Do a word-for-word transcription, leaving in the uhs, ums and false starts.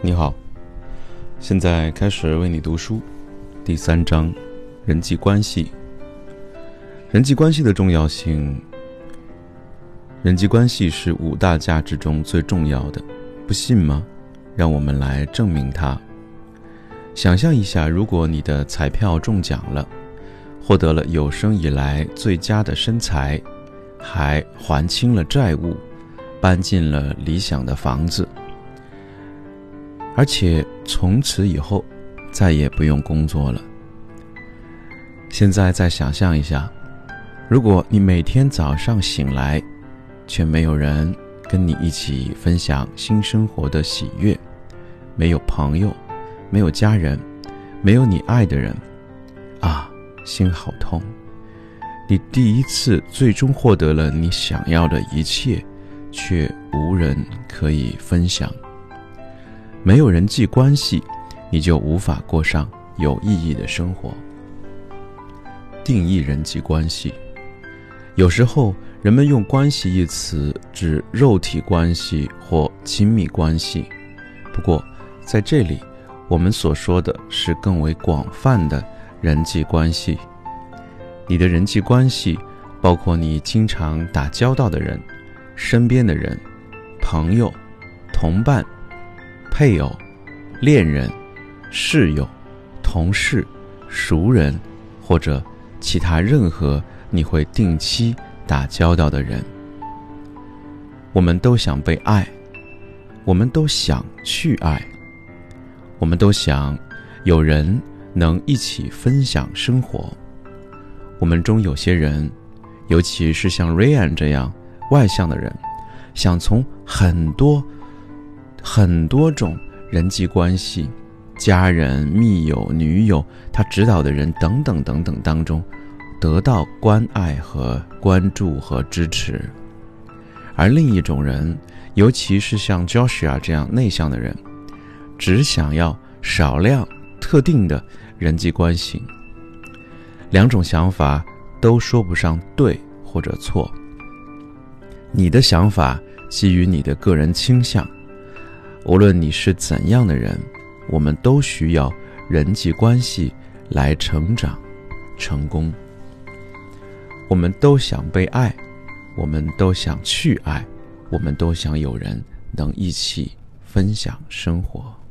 你好，现在开始为你读书。第三章，人际关系。人际关系的重要性。人际关系是五大价值中最重要的，不信吗？让我们来证明它。想象一下，如果你的彩票中奖了，获得了有生以来最佳的身材，还还清了债务，搬进了理想的房子，而且从此以后再也不用工作了。现在再想象一下，如果你每天早上醒来，却没有人跟你一起分享新生活的喜悦，没有朋友，没有家人，没有你爱的人，啊，心好痛。你第一次最终获得了你想要的一切，却无人可以分享。没有人际关系，你就无法过上有意义的生活。定义人际关系。有时候人们用关系一词指肉体关系或亲密关系，不过在这里我们所说的是更为广泛的人际关系。你的人际关系包括你经常打交道的人、身边的人、朋友、同伴、配偶、恋人、室友、同事、熟人，或者其他任何你会定期打交道的人。我们都想被爱，我们都想去爱，我们都想有人能一起分享生活。我们中有些人，尤其是像 Ryan 这样外向的人，想从很多很多种人际关系，家人、密友、女友，他指导的人等等等等当中得到关爱和关注和支持。而另一种人，尤其是像 Joshua 这样内向的人，只想要少量特定的人际关系。两种想法都说不上对或者错。你的想法基于你的个人倾向。无论你是怎样的人，我们都需要人际关系来成长、成功。我们都想被爱，我们都想去爱，我们都想有人能一起分享生活。